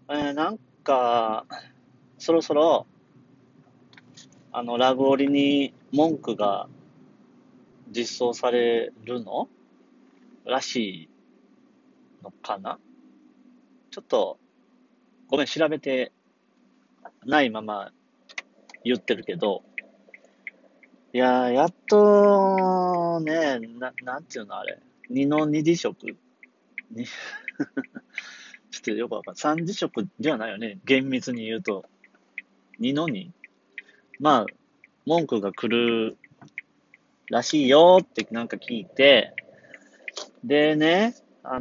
なんか、そろそろ、ラグオリに文句が実装されるのらしいのかな。ちょっと、ごめん、調べてないまま言ってるけど、いやー、やっと、ね、なんていうのあれ、二の二次色に、ちょっとよくわかんない。三次色ではないよね。厳密に言うと。二の二まあ、文句が来るらしいよってなんか聞いて、でね、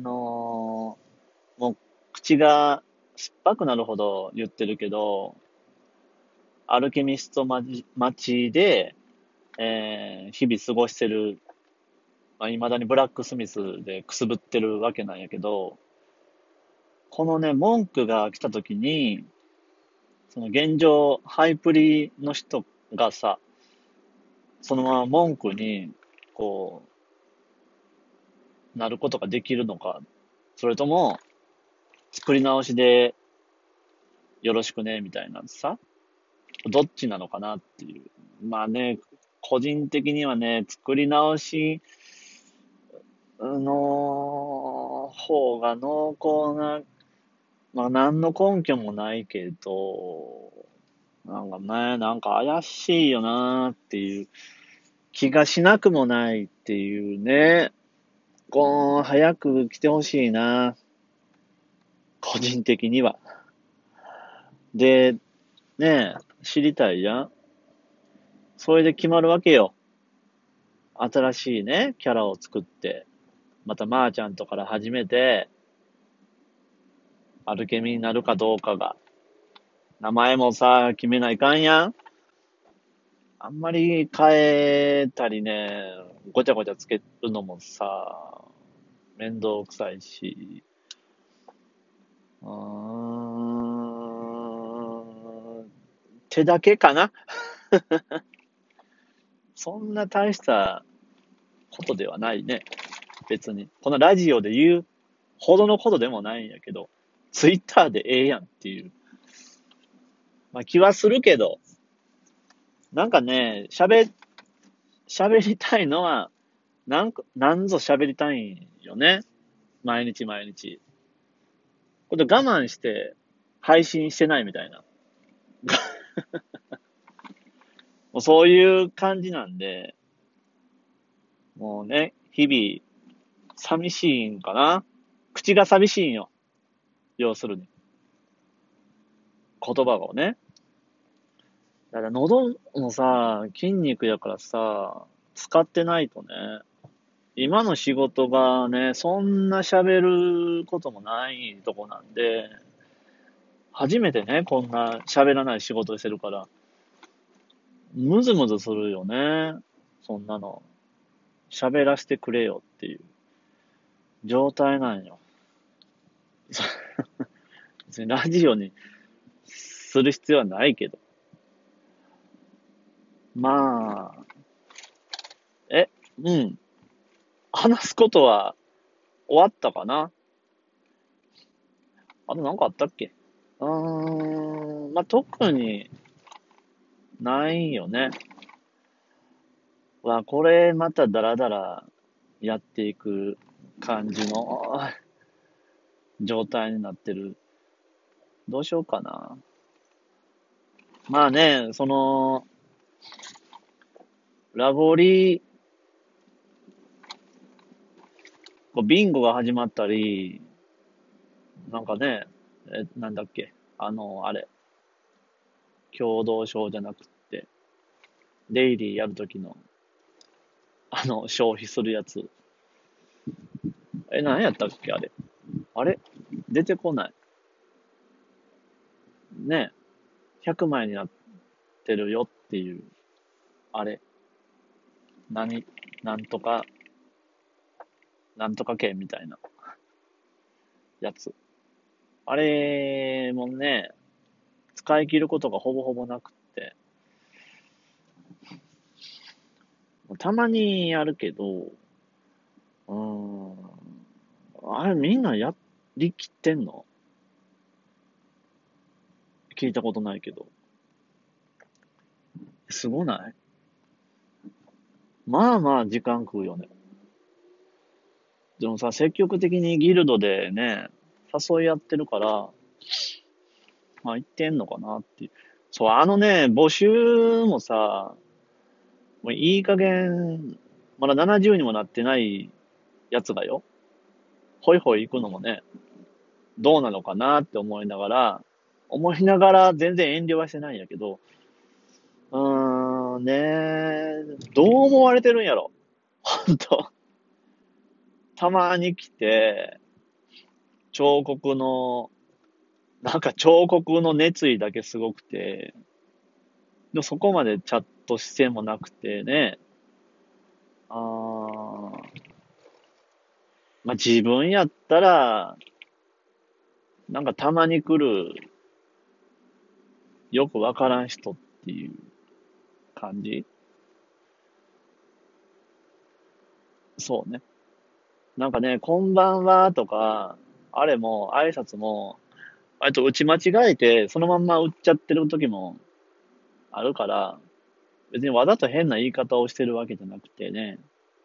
もう口が酸っぱくなるほど言ってるけど、アルケミスト町で、日々過ごしてる、まあ、未だにブラックスミスでくすぶってるわけなんやけど、このね、文句が来た時に、その現状、ハイプリの人がさ、そのまま文句に、こなることができるのか、それとも、作り直しでよろしくね、みたいなさ、どっちなのかなっていう。まあね、個人的にはね、作り直しの方が濃厚な、まあ何の根拠もないけど、なんかね、なんか怪しいよなっていう気がしなくもないっていうね。早く来てほしいな。個人的には。で、ね知りたいじゃん。それで決まるわけよ。新しいね、キャラを作って、またマーチャントから始めて、アルケミになるかどうかが。名前もさ、決めないかんやん。あんまり変えたりね、ごちゃごちゃつけるのもさ、面倒くさいし。うーん、手だけかな。そんな大したことではないね。別に。このラジオで言うほどのことでもないんやけど、ツイッターでええやんっていう、まあ気はするけど、なんかね、喋りたいのは、なんぞ喋りたいんよね。毎日毎日。これ我慢して配信してないみたいな。もうそういう感じなんで、もうね、日々寂しいんかな。口が寂しいんよ。要するに。言葉をね。だから喉のさ、筋肉やからさ、使ってないとね、今の仕事がね、そんな喋ることもないとこなんで、初めてね、こんな喋らない仕事してるから、ムズムズするよね。そんなの。喋らせてくれよっていう状態なんよ。別にラジオにする必要はないけど。まあ、え、うん。話すことは終わったかな。あとなんかあったっけ。まあ、特にないよね。これまたダラダラやっていく感じの状態になってる。どうしようかな。まあね、ラゴリ、ビンゴが始まったり、なんかね、なんだっけ、あれ、共同賞じゃなくって、デイリーやるときの、消費するやつ。何やったっけ、あれ。あれ出てこない。ね、100枚になってるよっていう、あれ。何、なんとか、なんとか券みたいなやつ。あれもね、使い切ることがほぼほぼなくって、たまにやるけど、うーん、あれみんなやりきってんの聞いたことないけど。すごない？まあまあ時間食うよね。でもさ、積極的にギルドでね、誘い合ってるから、まあ言ってんのかなっていう。そう、募集もさ、もういい加減、まだ70にもなってないやつがよ、ホイホイ行くのもね、どうなのかなって思いながら全然遠慮はしてないんやけど、どう思われてるんやろ。ほんと。たまに来て、彫刻の、彫刻の熱意だけすごくて、でもそこまでチャット姿勢もなくてね、あー、まあ、自分やったら、たまに来る、よくわからん人っていう感じ。そうね。こんばんはとか、あれも、挨拶も、打ち間違えて、そのまんま打っちゃってる時もあるから、別にわざと変な言い方をしてるわけじゃなくてね、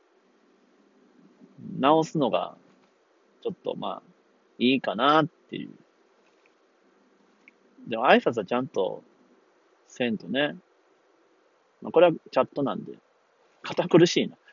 直すのが、ちょっとまあ、いいかなっていう。でも挨拶はちゃんとせんとね、まあ、これはチャットなんで、堅苦しいな。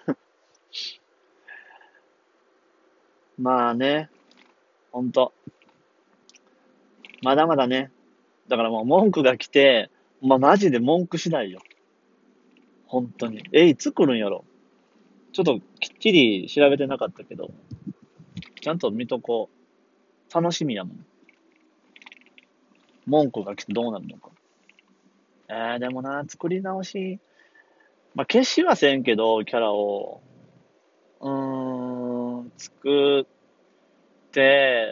まあね、ほんと、まだまだね。だからもう文句が来て、まあマジで文句次第よ。本当に。いつ来るんやろ。ちょっときっちり調べてなかったけど、ちゃんと見とこう。楽しみやもん。文句が来てどうなるのか。でもな、作り直し。まあ、消しはせんけど、キャラを。作って、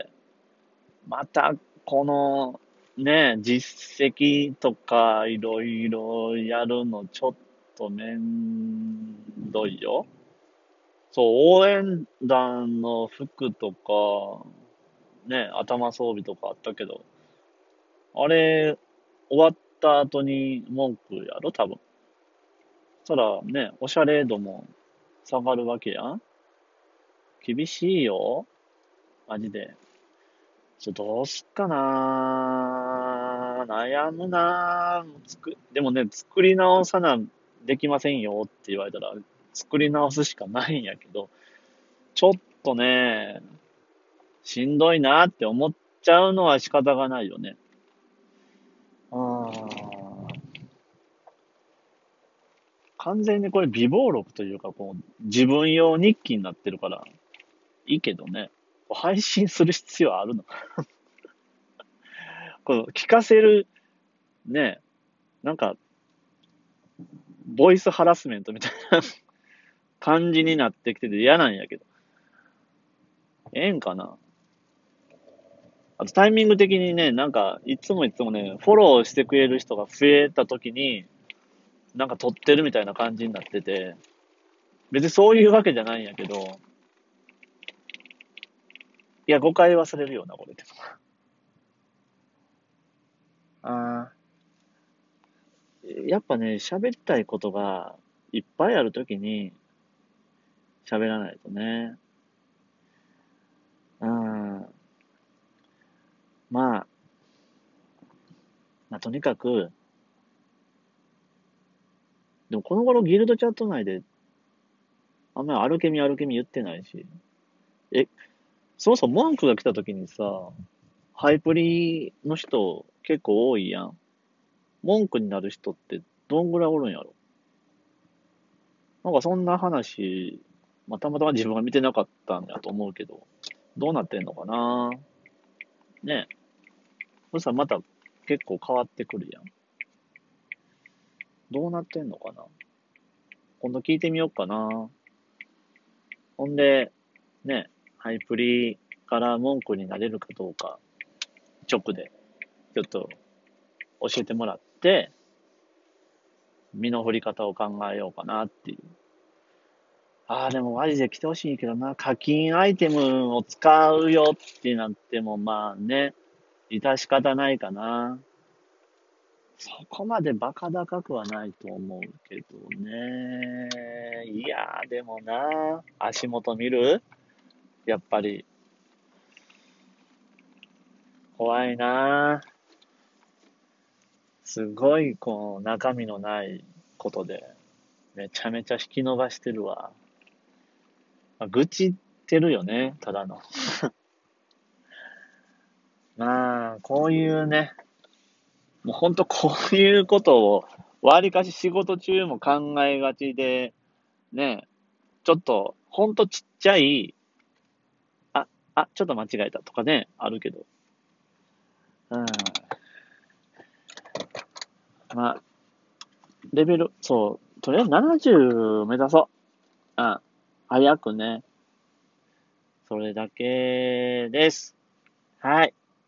また、この、ね、実績とかいろいろやるのちょっとめんどいよ。そう、応援団の服とか、ね、頭装備とかあったけど、あれ、終わった後に文句やろ、多分。そしたらね、おしゃれ度も下がるわけやん。厳しいよ。マジで。どうすっかな。悩むな。でもね、作り直さな、できませんよって言われたら、作り直すしかないんやけど、ちょっとね、しんどいなって思っちゃうのは仕方がないよね。あー、完全にこれ微暴録というか、こう、自分用日記になってるから、いいけどね。配信する必要あるの？この聞かせる、ね、なんか、ボイスハラスメントみたいな感じになってきてて嫌なんやけど。ええんかな？あとタイミング的にね、いつもね、フォローしてくれる人が増えた時に、撮ってるみたいな感じになってて、別にそういうわけじゃないんやけど、いや、誤解忘れるよな、これって。あやっぱね、喋りたいことがいっぱいあるときに喋らないとね。うん。まあ、とにかく、でもこの頃ギルドチャット内であんまりアルケミ言ってないし。え、そもそも文句が来たときにさ、ハイプリの人結構多いやん。文句になる人ってどんぐらいおるんやろ。そんな話、まあ、たまたま自分が見てなかったんやと思うけど、どうなってんのかなね。そしたらまた結構変わってくるやん。どうなってんのかな？今度聞いてみようかな。ほんで、ね、ハイプリから文句になれるかどうか、直で、ちょっと教えてもらって、身の振り方を考えようかなっていう。でもマジで来てほしいけどな。課金アイテムを使うよってなっても、まあね、致し方ないかな。 そこまでバカ高くはないと思うけどね。いやー、でもな、足元見るやっぱり、怖いな。すごい、こう、中身のないことで、めちゃめちゃ引き伸ばしてるわ。まあ、愚痴ってるよね、ただの。まあ、こういうね、もうほんとこういうことを、わりかし仕事中も考えがちで、ね、ちょっと、ほんとちっちゃい、あ、ちょっと間違えたとかね、あるけど。うん。まあ、レベル、そう、とりあえず70目指そう。うん。早くね、それだけです。はい。